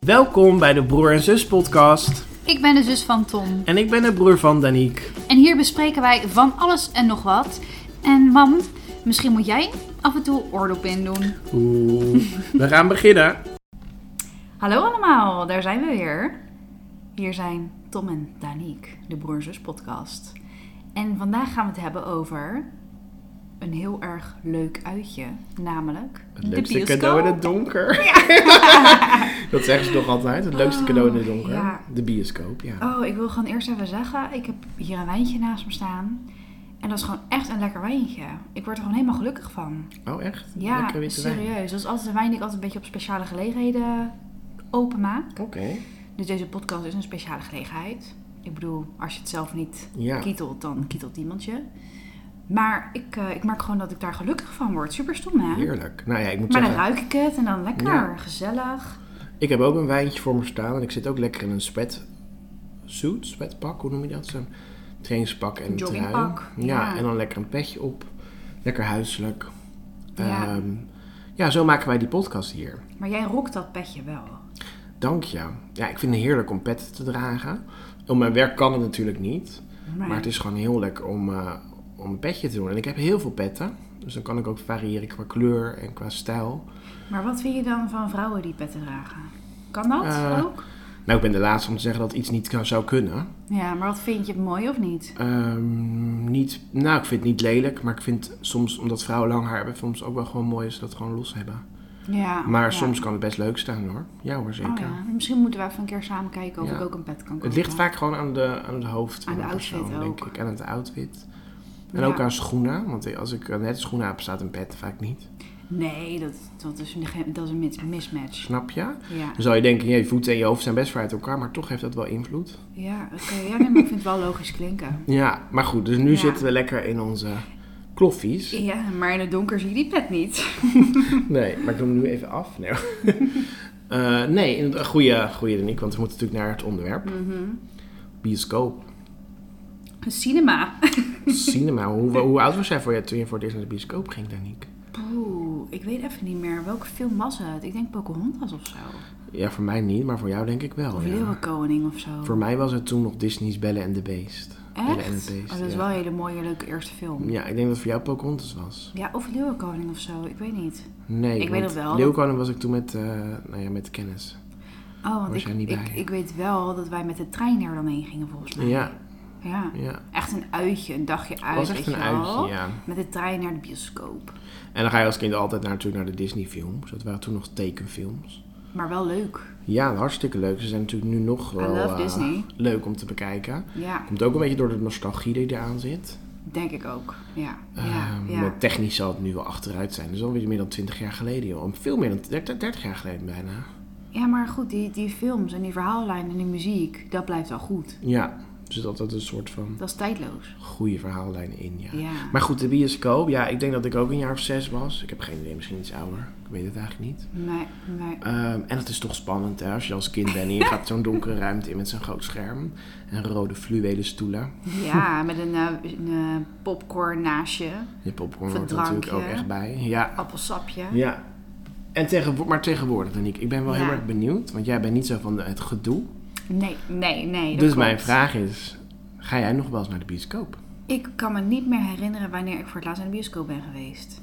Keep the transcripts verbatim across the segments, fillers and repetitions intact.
Welkom bij de Broer en Zus podcast. Ik ben de zus van Tom. En ik ben de broer van Daniek. En hier bespreken wij van alles en nog wat. En mam, misschien moet jij af en toe oordop in doen. Oeh, we gaan beginnen. Hallo allemaal, daar zijn we weer. Hier zijn Tom en Daniek, de Broer en Zus podcast. En vandaag gaan we het hebben over een heel erg leuk uitje, namelijk Het de leukste bioscoop. cadeau in het donker. Ja. Dat zeggen ze toch altijd, het leukste Oh, cadeau in het donker. ja. De bioscoop, ja. Oh, ik wil gewoon eerst even zeggen, ik heb hier een wijntje naast me staan. En dat is gewoon echt een lekker wijntje. Ik word er gewoon helemaal gelukkig van. Oh, echt? Ja, Lekker witte wijn. serieus. Dat is altijd een wijn die ik altijd een beetje op speciale gelegenheden openmaak. Oké. Dus deze podcast is een speciale gelegenheid. Ik bedoel, als je het zelf niet Ja. kietelt, dan kietelt iemand je. Maar ik, uh, ik merk gewoon dat ik daar gelukkig van word. Super stom, hè? Heerlijk. Nou ja, ik moet Maar dan zeggen, ruik ik het en dan lekker, Ja. gezellig. ik heb ook een wijntje voor me staan. En ik zit ook lekker in een sweatsuit, sweatpak, hoe noem je dat? Zo'n trainingspak en een trui. Joggingpak, Ja, ja. en dan lekker een petje op. Lekker huiselijk. Ja. Ehm, ja, zo maken wij die podcast hier. Maar jij rokt dat petje wel. Dank je. Ja, ik vind het heerlijk om pet te dragen. Op mijn werk kan het natuurlijk niet. Nee. Maar het is gewoon heel lekker om, uh, om een petje te doen. En ik heb heel veel petten. Dus dan kan ik ook variëren qua kleur en qua stijl. Maar wat vind je dan van vrouwen die petten dragen? Kan dat Uh, ook? Nou, ik ben de laatste om te zeggen dat iets niet kan, zou kunnen. Ja, maar wat vind je mooi of niet? Um, niet, nou, ik vind het niet lelijk. Maar ik vind soms, omdat vrouwen lang haar hebben, soms ook wel gewoon mooi is dat gewoon los hebben. Ja. Maar ja. soms kan het best leuk staan hoor. Ja hoor, zeker. Oh, ja. Misschien moeten we even een keer samen kijken of Ja. ik ook een pet kan kopen. Het ligt vaak gewoon aan de, aan de hoofd van Aan de een outfit persoon, denk ook. ik. En aan de outfit. En Ja. ook aan schoenen. Want als ik net schoenen heb, staat een pet vaak niet. Nee, dat, dat, is, een, dat is een mis- mismatch. Snap je? Ja, Dan zou je denken, je voeten en je hoofd zijn best ver uit elkaar. Maar toch heeft dat wel invloed. ja, oké. Ja, nee, maar ik vind het wel logisch klinken. Ja, maar goed. Dus nu Ja. zitten we lekker in onze kloffies. Ja, maar in het donker zie je die pet niet. Nee, maar ik doe hem nu even af. Nee, uh, nee een goede, goede Daniek. Want we moeten natuurlijk naar het onderwerp. Mm-hmm. Bioscoop. Cinema. Cinema. Hoe, hoe oud was jij voor je, toen je voor het eerst naar de bioscoop ging, Daniek? Oeh, ik weet even niet meer. Welke film was het? Ik denk Pocahontas of zo. Ja, voor mij niet, maar voor jou denk ik wel. Of ja. Leeuwenkoning of zo. Voor mij was het toen nog Disney's Belle and the Beast. Belle and Echt? the Beast, Oh, dat is ja. wel een hele mooie, leuke eerste film. Ja, ik denk dat het voor jou Pocahontas was. Ja, of Leeuwenkoning of zo. Ik weet niet. Nee, Ik weet want nog wel. Leeuwenkoning was ik toen met, uh, nou ja, met de kennis. Oh, want Was ik, jij niet ik, bij? ik weet wel dat wij met de trein er dan heen gingen volgens mij. Ja, Ja. ja. Echt een uitje, een dagje uit. Het was echt weet een je wel. uitje, ja. Met de trein naar de bioscoop. En dan ga je als kind altijd naar, natuurlijk naar de Disney films. Dat waren toen nog tekenfilms. Maar wel leuk. Ja, hartstikke leuk. Ze zijn natuurlijk nu nog wel love uh, Disney. leuk om te bekijken. Ja, Komt ook een beetje door de nostalgie die eraan zit. denk ik ook. Ja, ja, Uh, ja. Met technisch zal het nu wel achteruit zijn. Dat is alweer meer dan twintig jaar geleden, joh. Veel meer dan dertig, dertig jaar geleden bijna. Ja, maar goed, die, die films en die verhaallijnen en die muziek, dat blijft wel goed. Ja, er zit altijd een soort van Dat is tijdloos. goede verhaallijnen in, ja. Ja. Maar goed, de bioscoop, ja, ik denk dat ik ook een jaar of zes was. Ik heb geen idee, misschien iets ouder. Ik weet het eigenlijk niet. Nee, nee. Um, en het is toch spannend, hè, als je als kind bent en je gaat zo'n donkere ruimte in met zo'n groot scherm. En rode fluwelen stoelen. Ja, met een, uh, een uh, popcorn naast je, Je popcorn Of hoort een er natuurlijk ook drankje. echt bij. Ja, appelsapje. ja. En tegenwo- maar tegenwoordig, Daniek, ik ben wel Ja. heel erg benieuwd. Want jij bent niet zo van het gedoe. Nee, nee, nee. dat Dus klopt. mijn vraag is, ga jij nog wel eens naar de bioscoop? Ik kan me niet meer herinneren wanneer ik voor het laatst naar de bioscoop ben geweest.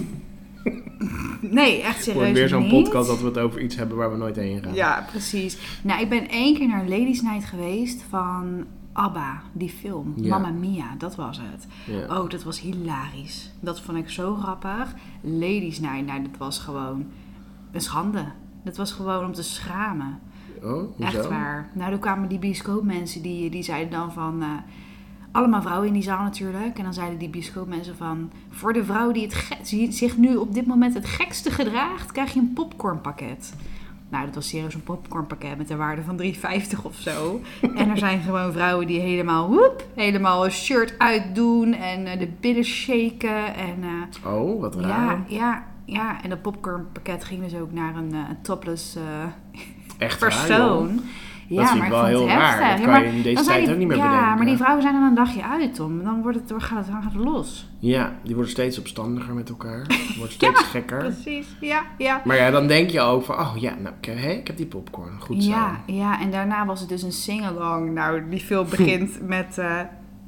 Nee, echt Het serieus wordt weer zo'n niet. podcast dat we het over iets hebben waar we nooit heen gaan. Ja, precies. Nou, ik ben één keer naar Ladies Night geweest van ABBA, die film. Ja. Mamma Mia, dat was het. Ja. Oh, dat was hilarisch. Dat vond ik zo grappig. Ladies Night, nou, dat was gewoon een schande. Dat was gewoon om te schamen. Oh, hoezo? Echt waar. Nou, toen kwamen die bioscoopmensen, die, die zeiden dan van... Uh, allemaal vrouwen in die zaal natuurlijk. En dan zeiden die bioscoopmensen van... Voor de vrouw die, het ge- die zich nu op dit moment het gekste gedraagt... krijg je een popcornpakket. Nou, dat was serieus een popcornpakket met een waarde van drie vijftig of zo. En er zijn gewoon vrouwen die helemaal... Woep, helemaal een shirt uitdoen en uh, de billen shaken. En, uh, Oh, wat raar. ja, ja, ja. En dat popcornpakket ging dus ook naar een uh, topless uh, Echt waar, persoon. joh? Ja, dat vind maar ik wel vond het heel raar. heftig. Dat Ja, kan maar je in deze dan zijn tijd die- ook niet meer ja, bedenken. maar die vrouwen zijn dan een dagje uit, Tom. Dan, wordt het, dan, gaat, het, dan gaat het los. Ja, die worden steeds opstandiger met elkaar. Wordt steeds gekker. Precies, ja, ja. Maar ja, dan denk je ook van, oh ja, nou, ik, hey, ik heb die popcorn. Goed zo. Ja, ja, en daarna was het dus een sing-along. Nou, die film begint met... uh,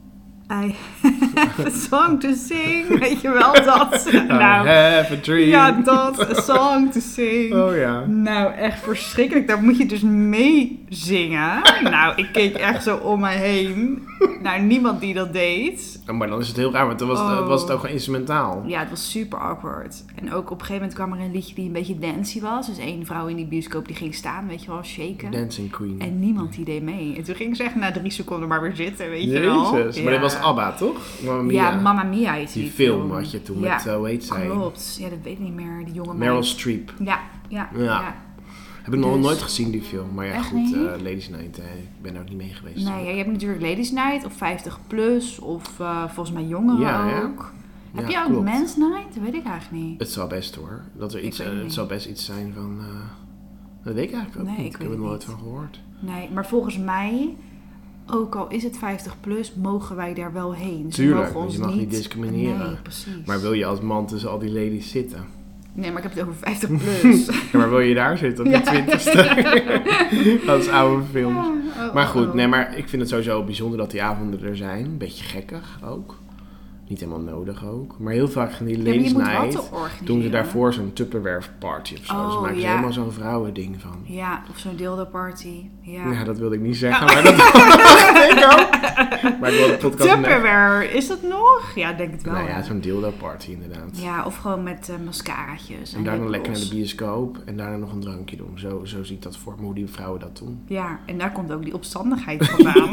I have a song to sing. Weet je wel, dat. I Nou, have a dream. ja, dat. A song to sing. Oh ja. Nou, echt verschrikkelijk. Daar moet je dus mee zingen. Nou, ik keek echt zo om me heen. Nou, niemand die dat deed. Oh, maar dan is het heel raar, want dan was, Oh. het, was het ook gewoon instrumentaal. Ja, het was super awkward. En ook op een gegeven moment kwam er een liedje die een beetje dancey was. Dus één vrouw in die bioscoop die ging staan, weet je wel, shaken. Dancing Queen. En niemand die deed mee. En toen ging ze echt na drie seconden maar weer zitten, weet je wel. Jezus, maar Ja. dit was ABBA, toch? Mamma Mia. Ja, Mamma Mia is Die film had je toen met, uh, hoe heet zij? Klopt. Ja, dat weet ik niet meer. Die jonge Meryl meid. Streep. Ja, ja, Ja. ja. Heb ik nog Dus- nooit gezien, die film. Maar ja, Echt goed, niet? uh, Ladies Night, eh, ik ben er ook niet mee geweest. Nee, ja, je hebt natuurlijk Ladies Night of vijftig plus of uh, volgens mij jongeren Ja, ja. ook. Heb Ja, je ook klopt. Men's Night? Dat weet ik eigenlijk niet. Het zou best hoor. Dat er Ik iets, weet uh, het het niet. zou best iets zijn van... Uh, dat weet ik eigenlijk ook Nee, niet. ik Ik, heb weet er het nooit niet. van gehoord. Nee, maar volgens mij, ook al is het vijftig plus, mogen wij daar wel heen. Ze Tuurlijk, mogen ons je mag niet discrimineren. Nee, precies. Maar wil je als man tussen al die ladies zitten? Nee, maar ik heb het over vijftig plus. Ja, maar wil je daar zitten op je Ja. twintigste? Dat is oude films. Ja, oh, Maar oh, goed, oh. nee, maar ik vind het sowieso bijzonder dat die avonden er zijn. Een beetje gekkig ook. Niet helemaal nodig ook. Maar heel vaak gaan die Ja, maar je ladies moet night, wat organiseren. doen ze daarvoor zo'n Tupperware party of zo. Oh, ze maken ze ja. helemaal zo'n vrouwending van. Ja, of zo'n dildo party. Ja. Ja, dat wilde ik niet zeggen, maar dat dacht ik ook. Maar ik wil de podcast... Tupperware, is dat nog? Ja, ik denk het wel. Nou ja, hè. zo'n dildo party inderdaad. Ja, of gewoon met uh, mascaraatjes. En daarna lekker naar de lipgloss. bioscoop en daarna nog een drankje doen. Zo, zo zie ik dat voor me, hoe die vrouwen dat doen. Ja, en daar komt ook die opstandigheid vandaan.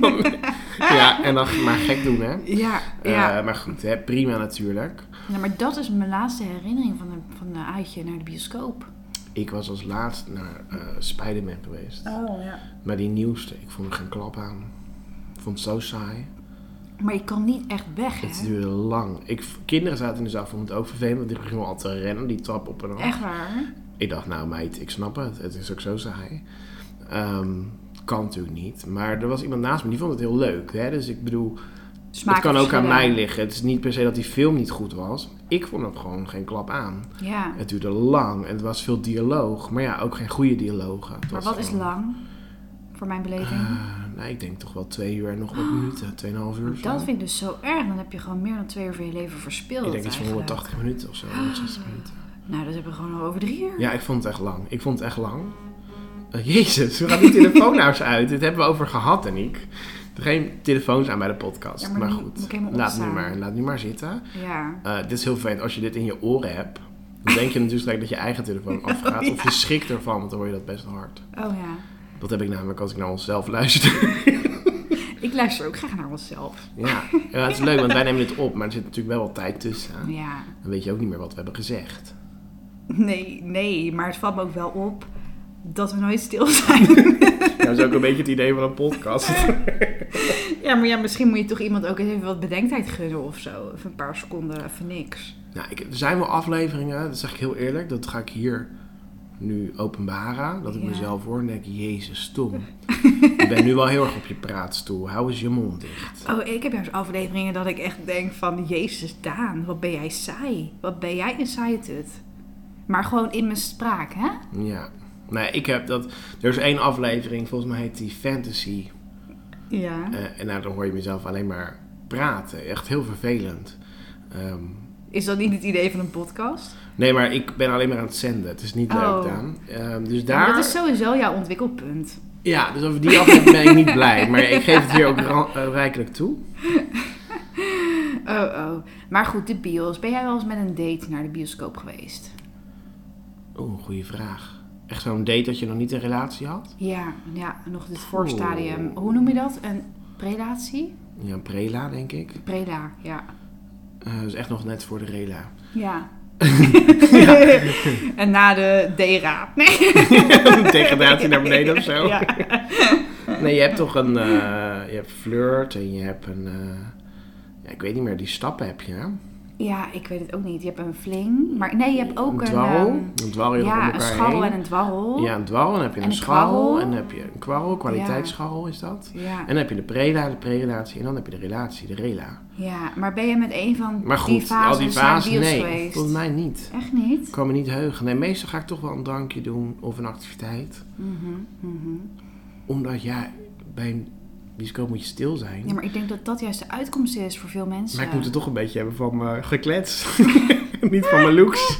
Ja, en dan maar gek doen, hè? ja, ja. Uh, maar goed, hè, prima natuurlijk. ja, maar dat is mijn laatste herinnering van een van de uitje naar de bioscoop. Ik was als laatst naar uh, Spider-Man geweest. Oh, ja. Maar die nieuwste, ik vond er geen klap aan. Ik vond het zo saai. Maar je kan niet echt weg, hè? Het duurde lang. Ik, kinderen zaten in de zaal, vonden het ook vervelend. Want die gingen al te rennen, die trap op en af. Echt waar? Ik dacht, nou meid, ik snap het. Het is ook zo saai. Um, kan natuurlijk niet. Maar er was iemand naast me, die vond het heel leuk. Hè? Dus ik bedoel, het kan ook aan mij liggen. Het is niet per se dat die film niet goed was. Ik vond het gewoon geen klap aan. Ja. Het duurde lang en het was veel dialoog. Maar ja, ook geen goede dialogen. Het Maar was wat is gewoon, lang? Voor mijn beleving? Uh, nou, ik denk toch wel twee uur en nog wat minuten. Tweeënhalf uur of zo. Dat vind ik dus zo erg. Dan heb je gewoon meer dan twee uur van je leven verspeeld. Ik denk iets van eigenlijk. honderdtachtig minuten of zo. honderdzestig minuten. Nou, dat hebben we gewoon al over drie uur. Ja, ik vond het echt lang. Ik vond het echt lang. Uh, Jezus, we gaan die telefoonhuis uit. Dit hebben we over gehad, en ik. Er geen telefoons aan bij de podcast. Ja, maar maar nu goed, moet ik helemaal laat nu, opstaan. maar, laat nu maar zitten. Ja. Uh, dit is heel fijn. Als je dit in je oren hebt, dan denk je natuurlijk straks dat je eigen telefoon afgaat. Ja. Of je schrikt ervan, want dan hoor je dat best hard. Oh ja. Dat heb ik namelijk als ik naar onszelf luister. Ik luister ook graag naar onszelf. Ja, ja, het is leuk, want wij nemen dit op. Maar er zit natuurlijk wel wat tijd tussen. Ja. Dan weet je ook niet meer wat we hebben gezegd. Nee, nee. Maar het valt me ook wel op dat we nooit stil zijn. Dat is ook een beetje het idee van een podcast. Ja, maar ja, misschien moet je toch iemand ook eens even wat bedenktijd gunnen of zo. Even een paar seconden, even niks. Nou, ik, er zijn wel afleveringen, dat zeg ik heel eerlijk. Dat ga ik hier nu openbaren. Dat ik Ja. mezelf hoor en denk, jezus, stom. Je bent nu wel heel erg op je praatstoel. Hou eens je mond dicht. Oh, ik heb juist afleveringen dat ik echt denk van... Jezus, Daan, wat ben jij saai. Wat ben jij een saaie tut. Maar gewoon in mijn spraak, hè? Ja. Nee, ik heb dat... Er is één aflevering, volgens mij heet die Fantasy. Ja. Uh, en nou, dan hoor je mezelf alleen maar praten. Echt heel vervelend. Um, Is dat niet het idee van een podcast? nee, maar ik ben alleen maar aan het zenden. Het is niet leuk, Oh. Daan. Um, dus Ja, daar... maar dat is sowieso jouw ontwikkelpunt. Ja, dus over die aflevering ben ik niet blij. Maar ik geef het hier ook ra- uh, rijkelijk toe. Oh, oh. Maar goed, de bios. Ben jij wel eens met een date naar de bioscoop geweest? Oeh, een goede vraag. Echt zo'n date dat je nog niet een relatie had? Ja, ja, nog dit voorstadium. Hoe noem je dat? Een prelatie? Ja, een prela, denk ik. Prela, ja. Uh, dus echt nog net voor de rela. Ja. En na de dera. Nee. Degradatie naar beneden of zo. Ja. Nee, je hebt toch een... Uh, je hebt flirt en je hebt een... Uh, ja, ik weet niet meer, die stappen heb je, hè? Ja, ik weet het ook niet. Je hebt een fling. Maar nee, je hebt ook een een... dwarrel. Um, een dwarrel je ja, om een elkaar scharrel heen. en een dwarrel. Ja, een dwarrel. En dan heb je en een, een scharrel. kwarrel. En dan heb je een kwarrel. Kwaliteitsscharrel is dat. Ja. En dan heb je de prela, de prelatie. En dan heb je de relatie, de rela. Ja, maar ben je met een van maar goed, die fases al die fases, naar bios nee, geweest? volgens mij niet. Echt niet? Ik kan me niet heugen. Nee, meestal ga ik toch wel een drankje doen of een activiteit. Mm-hmm, mm-hmm. Omdat, ja, bij een bioscoop moet je stil zijn. Ja, maar ik denk dat dat juist de uitkomst is voor veel mensen. Maar ik moet het toch een beetje hebben van mijn geklets. Niet van mijn looks.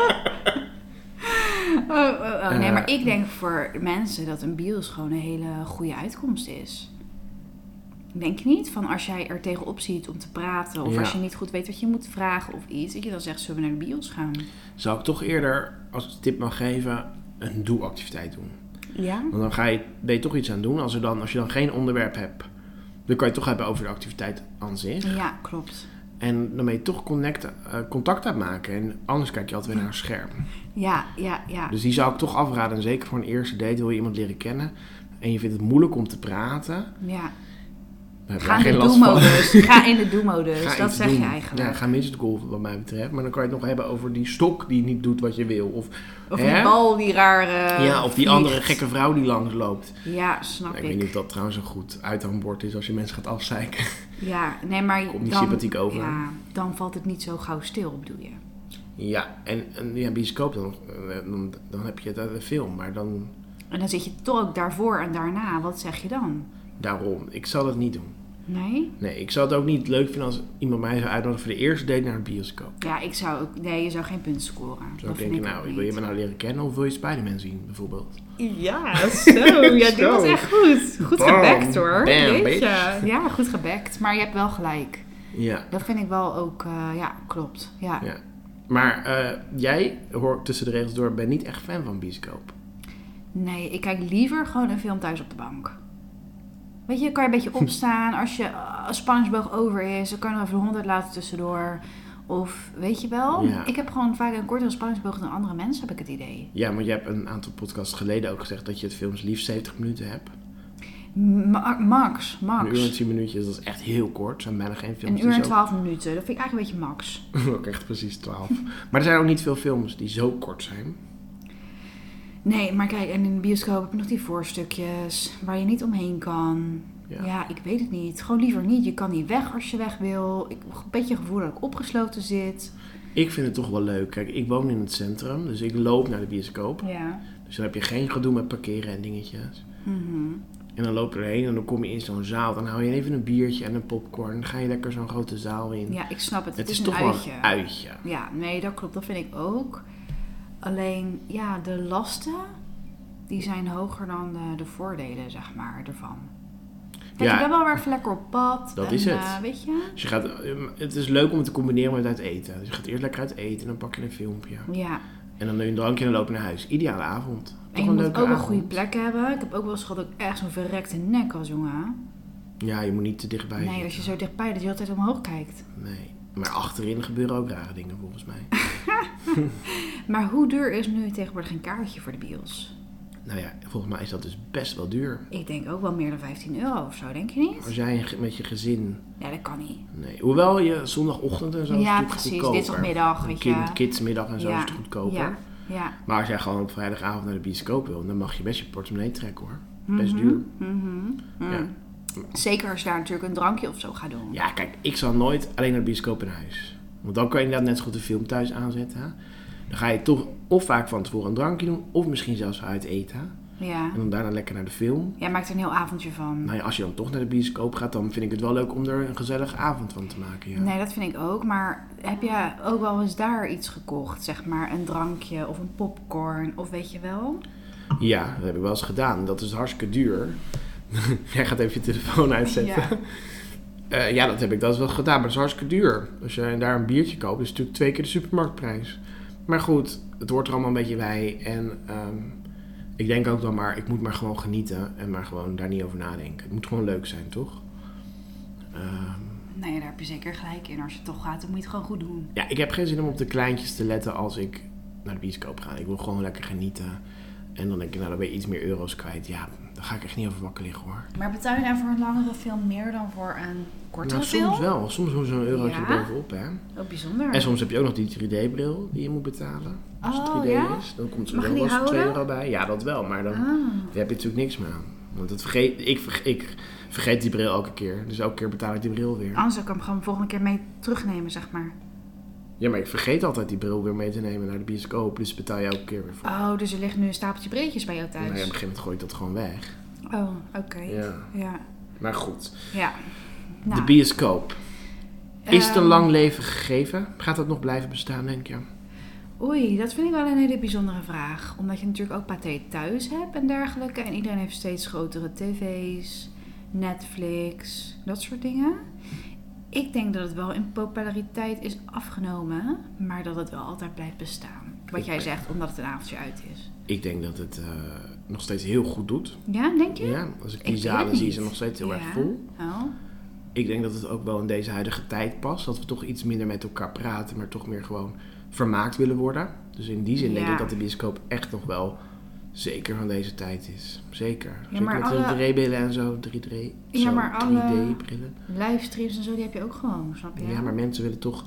oh, oh, oh. Nee, Uh, maar ik denk voor mensen dat een bios gewoon een hele goede uitkomst is. Denk je niet? Van als jij er tegenop ziet om te praten... of ja. als je niet goed weet wat je moet vragen of iets... dat je dan zegt, zullen we naar de bios gaan? Zou ik toch eerder, als ik een tip mag geven, een doe-activiteit doen. Ja? Want dan ga je, ben je toch iets aan doen. Als, er dan, als je dan geen onderwerp hebt, dan kan je het toch hebben over de activiteit aan zich. Ja, klopt. En dan ben je toch connect, uh, contact aan het maken. En anders kijk je altijd weer naar een scherm. Ja, ja, ja. Dus die zou ik toch afraden. En zeker voor een eerste date wil je iemand leren kennen. En je vindt het moeilijk om te praten. Ja. Ga in de do-modus. Ga in de do-modus. Dat zeg doen. je eigenlijk. Ja, ga midgetgolfen wat mij betreft. Maar dan kan je het nog hebben over die stok die niet doet wat je wil. Of, of hè? die bal die raar uh, Ja, of die vliegt. andere gekke vrouw die langs loopt. Ja, snap ik. Ik weet niet of dat trouwens een goed uithangbord is als je mensen gaat afzeiken. Ja, nee, maar Komt niet dan, sympathiek over. Ja, dan valt het niet zo gauw stil, bedoel je? Ja, en, en ja, bioscoop, dan, dan, dan heb je het uit de film. Maar dan... En dan zit je toch ook daarvoor en daarna. Wat zeg je dan? Daarom, ik zal dat niet doen. Nee? Nee, ik zou het ook niet leuk vinden als iemand mij zou uitnodigen voor de eerste date naar een bioscoop. Ja, ik zou ook... Nee, je zou geen punten scoren. Zou ik denken, nou, wil je me nou leren kennen of wil je Spider-Man zien, bijvoorbeeld? Ja, zo. Ja, dit was echt goed. Goed Bam. gebackt, hoor. Bam, Weet je? Ja, goed gebackt. Maar je hebt wel gelijk. Ja. Dat vind ik wel ook... Uh, ja, klopt. Ja. ja. Maar uh, jij, hoor tussen de regels door, bent niet echt fan van bioscoop. Nee, ik kijk liever gewoon een film thuis op de bank. Weet je, kan je een beetje opstaan. Als je uh, spanningsboog over is, dan kan je nog even honderd laten tussendoor. Of, weet je wel? Ja. Ik heb gewoon vaak een kortere spanningsboog dan andere mensen, heb ik het idee. Ja, maar je hebt een aantal podcasts geleden ook gezegd dat je het films liefst zeventig minuten hebt. Ma- max, max. Een uur en tien minuutjes, dat is echt heel kort. Er zijn bijna geen films. Een uur en zo... twaalf minuten, dat vind ik eigenlijk een beetje max. ook echt precies twaalf. Maar er zijn ook niet veel films die zo kort zijn. Nee, maar kijk, en in de bioscoop heb je nog die voorstukjes waar je niet omheen kan. Ja. ja, ik weet het niet. Gewoon liever niet. Je kan niet weg als je weg wil. Ik heb een beetje het gevoel dat ik opgesloten zit. Ik vind het toch wel leuk. Kijk, ik woon in het centrum, dus ik loop naar de bioscoop. Ja. Dus dan heb je geen gedoe met parkeren en dingetjes. Mm-hmm. En dan loop je erheen en dan kom je in zo'n zaal. Dan hou je even een biertje en een popcorn. Dan ga je lekker zo'n grote zaal in. Ja, ik snap het. Het, het is, is een toch uitje. wel een uitje. Ja, nee, dat klopt. Dat vind ik ook. Alleen, ja, de lasten, die zijn hoger dan de, de voordelen, zeg maar, ervan. Kijk, ja, je bent wel weer even lekker op pad. Dat en, is het. Uh, weet je? Dus je gaat, het is leuk om het te combineren met uit eten. Dus je gaat eerst lekker uit eten en dan pak je een filmpje. Ja. En dan doe je een drankje en dan loop je naar huis. Ideale avond. En je moet ook avond. een goede plek hebben. Ik heb ook wel eens gehad dat ik echt zo'n verrekte nek was, jongen. Ja, je moet niet te dichtbij Nee, zitten. als je zo dichtbij dat je altijd omhoog kijkt. Nee, maar achterin gebeuren ook rare dingen volgens mij. Maar hoe duur is nu tegenwoordig een kaartje voor de bios? Nou ja, volgens mij is dat dus best wel duur. Ik denk ook wel meer dan vijftien euro of zo, denk je niet? Als jij met je gezin... Ja, dat kan niet. Nee, hoewel je zondagochtend en zo is ja, het precies. goedkoper. Dinsdagmiddag, weet je. Kind, kidsmiddag en zo ja. is het goedkoper. Ja. Ja. Maar als jij gewoon op vrijdagavond naar de bioscoop wil, dan mag je best je portemonnee trekken hoor. Best Mm-hmm. duur. Mm-hmm. Mm. Ja. Zeker als je daar natuurlijk een drankje of zo gaat doen. Ja, kijk, ik zal nooit alleen naar de bioscoop in huis. Want dan kan je inderdaad net zo goed de film thuis aanzetten. Dan ga je toch of vaak van tevoren een drankje doen, of misschien zelfs uit eten. Ja. En dan daarna lekker naar de film. Jij maakt er een heel avondje van. Nou ja, als je dan toch naar de bioscoop gaat, dan vind ik het wel leuk om er een gezellige avond van te maken. Ja. Nee, dat vind ik ook. Maar heb je ook wel eens daar iets gekocht? Zeg maar een drankje of een popcorn of weet je wel? Ja, dat heb ik wel eens gedaan. Dat is hartstikke duur. Jij gaat even je telefoon uitzetten. Ja. Uh, ja, dat heb ik dat is wel gedaan, maar dat is hartstikke duur. Als je daar een biertje koopt, is het natuurlijk twee keer de supermarktprijs. Maar goed, het hoort er allemaal een beetje bij. En um, ik denk ook dan maar, ik moet maar gewoon genieten en maar gewoon daar niet over nadenken. Het moet gewoon leuk zijn, toch? Um, nee, daar heb je zeker gelijk in. Als je toch gaat, dan moet je het gewoon goed doen. Ja, ik heb geen zin om op de kleintjes te letten als ik naar de bioscoop ga. Ik wil gewoon lekker genieten. En dan denk je, nou, dan ben je iets meer euro's kwijt. Ja, daar ga ik echt niet over wakker liggen, hoor. Maar betaal je nou voor een langere film meer dan voor een kortere nou, film? Soms wel. Soms moet zo'n eurotje Ja? bovenop, hè. Oh, bijzonder. En soms heb je ook nog die drie D-bril die je moet betalen. Als het Oh, drie D ja? is. Dan komt er Mag je wel die eens twee houden? euro bij. Ja, dat wel. Maar dan Ah. daar heb je natuurlijk niks meer aan. Want dat vergeet, ik, vergeet, ik vergeet die bril elke keer. Dus elke keer betaal ik die bril weer. Anders zou ik hem gewoon de volgende keer mee terugnemen, zeg maar. Ja, maar ik vergeet altijd die bril weer mee te nemen naar de bioscoop. Dus betaal je elke keer weer voor. Oh, dus er ligt nu een stapeltje brilletjes bij jou thuis. Nou ja, op een gegeven moment gooi ik dat gewoon weg. Oh, oké. Ja. Ja. Maar goed. Ja. Nou, De bioscoop. Is het een ehm, lang leven gegeven? Gaat dat nog blijven bestaan, denk je? Oei, dat vind ik wel een hele bijzondere vraag. Omdat je natuurlijk ook Pathé thuis hebt en dergelijke. En iedereen heeft steeds grotere tv's, Netflix, dat soort dingen. Ik denk dat het wel in populariteit is afgenomen, maar dat het wel altijd blijft bestaan. Wat Ik jij ben- zegt, omdat het een avondje uit is. Ik denk dat het eh, nog steeds heel goed doet. Ja, denk je? Ja, als ik die weet het zalen zie, niet. is het nog steeds heel erg Ja. vol. Oh. Ik denk dat het ook wel in deze huidige tijd past. Dat we toch iets minder met elkaar praten, maar toch meer gewoon vermaakt willen worden. Dus in die zin denk Ja. ik dat de bioscoop echt nog wel zeker van deze tijd is. Zeker. Ja, Zeker maar met alle- drie D-brillen en zo. drie D, Ja, zo, maar alle- drie D-brillen. Livestreams en zo, die heb je ook gewoon, snap je? Ja, maar mensen willen toch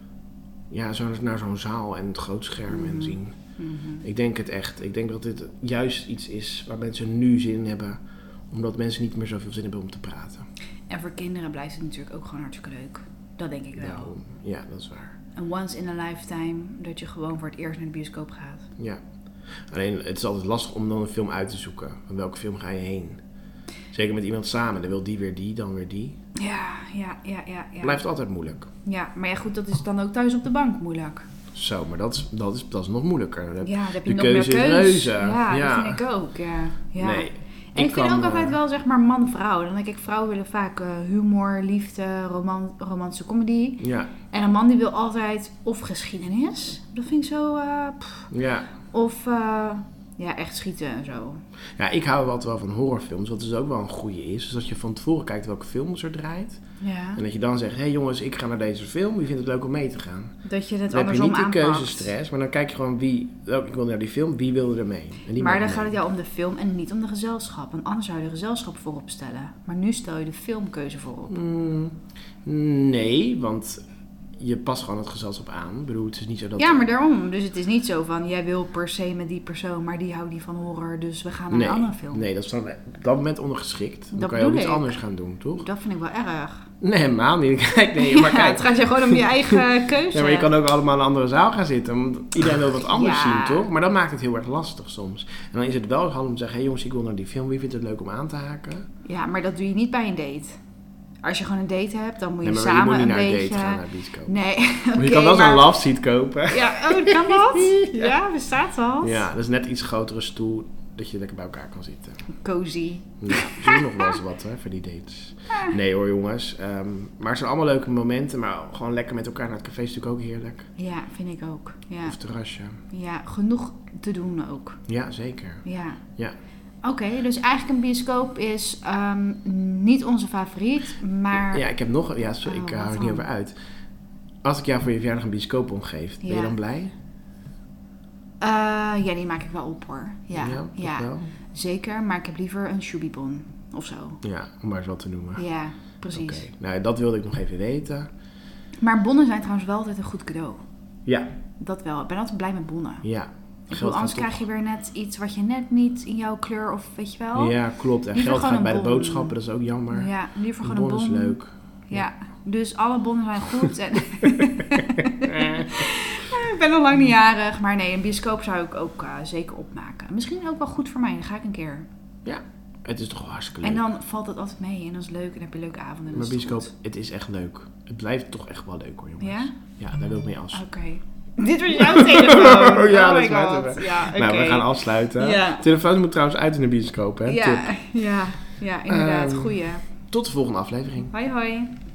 ja, zo naar zo'n zaal en het groot scherm en Mhm. zien. Mhm. Ik denk het echt. Ik denk dat dit juist iets is waar mensen nu zin in hebben. Omdat mensen niet meer zoveel zin hebben om te praten. En voor kinderen blijft het natuurlijk ook gewoon hartstikke leuk. Dat denk ik wel. Daarom. Ja, dat is waar. Een once in a lifetime dat je gewoon voor het eerst naar de bioscoop gaat. Ja. Alleen, het is altijd lastig om dan een film uit te zoeken. Van welke film ga je heen? Zeker met iemand samen. Dan wil die weer die, dan weer die. Ja, ja, ja, ja. ja. Blijft altijd moeilijk. Ja, maar ja goed, dat is dan ook thuis op de bank moeilijk. Zo, maar dat is, dat is, dat is nog moeilijker. Dan heb- Ja, dan heb je de nog keuze meer is keus. reuze. Ja, Ja. dat vind ik ook. Ja. Ja. Nee. En ik, vind kan, ook altijd eh, wel, zeg maar, man-vrouw. Dan denk ik, vrouwen willen vaak eh, humor, liefde, roman romantische comedy. Ja, En een man die wil altijd of geschiedenis. Dat vind ik zo... eh, pff. ja. Of eh, ja, echt schieten en zo. Ja, ik hou altijd wel van horrorfilms. Wat dus ook wel een goede is. Dus dat je van tevoren kijkt welke films er draait. Ja. En dat je dan zegt, hé hey jongens, ik ga naar deze film. Wie vindt het leuk om mee te gaan? Dat je het Dan heb je andersom niet de aanpakt. keuzestress. Maar dan kijk je gewoon wie... Oh, ik wil naar die film. Wie wil er mee? En die Maar mag dan mee. gaat het jou om de film en niet om de gezelschap. Want anders zou je de gezelschap voorop stellen. Maar nu stel je de filmkeuze voorop. Mm, nee, want je past gewoon het gezelschap aan. Ik bedoel, het is niet zo dat... Ja, maar daarom. Dus het is niet zo van, jij wil per se met die persoon, maar die houdt niet van horror. Dus we gaan naar nee, een andere film. nee, dat is dan op dat moment ondergeschikt. Dan Dat kan je ook bedoel iets ik. anders gaan doen, toch? Dat vind ik wel erg. Nee, helemaal niet. Kijk, nee, maar Ja, kijk. het gaat je gewoon om je eigen keuze. Ja, maar je kan ook allemaal in een andere zaal gaan zitten. Want iedereen wil wat anders Ja. zien, toch? Maar dat maakt het heel erg lastig soms. En dan is het wel handig om te zeggen... Hé hey jongens, ik wil naar die film. Wie vindt het leuk om aan te haken? Ja, maar dat doe je niet bij een date. Als je gewoon een date hebt, dan moet je Nee, maar je samen moet niet een naar een beetje... date gaan, naar bioscoop. Nee, Maar je oké, kan wel zo'n maar- love seat kopen. Ja, oh, kan dat? Ja, bestaat dat? Ja, dat is net iets grotere stoel. Dat je lekker bij elkaar kan zitten. Cozy. Ja, dat is nog wel eens wat, hè, voor die dates. Nee hoor, jongens. Ehm, maar het zijn allemaal leuke momenten. Maar gewoon lekker met elkaar naar het café is natuurlijk ook heerlijk. Ja, vind ik ook. Ja, Of terrasje. ja genoeg te doen ook. Ja, zeker. Ja. Ja. Oké, dus eigenlijk een bioscoop is ehm, niet onze favoriet, maar... Ja, ik heb nog... Ja, sorry, Oh, ik wat hou er niet dan? over uit. Als ik jou voor je verjaardag een bioscoop omgeef, ben je Ja. dan blij? Eh, ja, die maak ik wel op hoor. Ja, toch ja, wel? zeker. Maar ik heb liever een shubibon of zo. Ja, om maar eens wat te noemen. Ja, precies. Oké, nou dat wilde ik nog even weten. Maar bonnen zijn trouwens wel altijd een goed cadeau. Ja, Dat wel. Ik ben altijd blij met bonnen. ja. Ik bedoel, anders krijg je weer net iets wat je net niet in jouw kleur of weet je wel. Ja, klopt. En Liever geld gewoon gaat bij een de bon. boodschappen, dat is ook jammer. Ja, liever Een gewoon een bon bon. is leuk. Ja, dus alle bonnen zijn goed. En ik ben nog lang niet jarig, maar nee, een bioscoop zou ik ook uh, zeker opmaken. Misschien ook wel goed voor mij, dan ga ik een keer. Ja, het is toch wel hartstikke leuk. En dan valt het altijd mee en dat is leuk en heb je leuke avonden. en Maar dat is bioscoop, goed. het is echt leuk. Het blijft toch echt wel leuk hoor, jongens. Ja? Ja, daar wil ik mee af. Oké. Dit was jouw telefoon. Ja, oh dat my is mijn god. telefoon. Ja, oké. Nou, we gaan afsluiten. Ja. Telefoon moet trouwens uit in de bioscoop, hè? Ja, Tip. ja, ja, inderdaad. Ehm, Goeie. Tot de volgende aflevering. Hoi hoi.